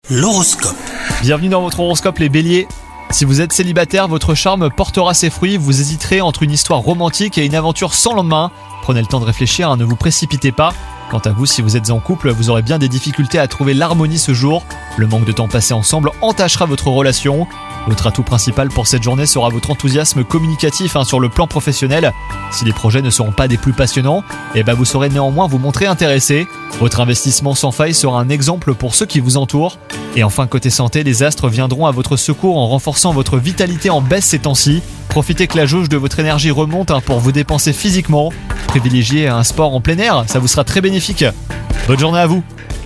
L'horoscope. Bienvenue dans votre horoscope les béliers. Si vous êtes célibataire, votre charme portera ses fruits, vous hésiterez entre une histoire romantique et une aventure sans lendemain. Prenez le temps de réfléchir, ne vous précipitez pas. Quant à vous, si vous êtes en couple, vous aurez bien des difficultés à trouver l'harmonie ce jour. Le manque de temps passé ensemble entachera votre relation. Votre atout principal pour cette journée sera votre enthousiasme communicatif sur le plan professionnel. Si les projets ne seront pas des plus passionnants, vous saurez néanmoins vous montrer intéressé. Votre investissement sans faille sera un exemple pour ceux qui vous entourent. Et enfin, côté santé, les astres viendront à votre secours en renforçant votre vitalité en baisse ces temps-ci. Profitez que la jauge de votre énergie remonte pour vous dépenser physiquement. Privilégiez un sport en plein air, ça vous sera très bénéfique. Bonne journée à vous.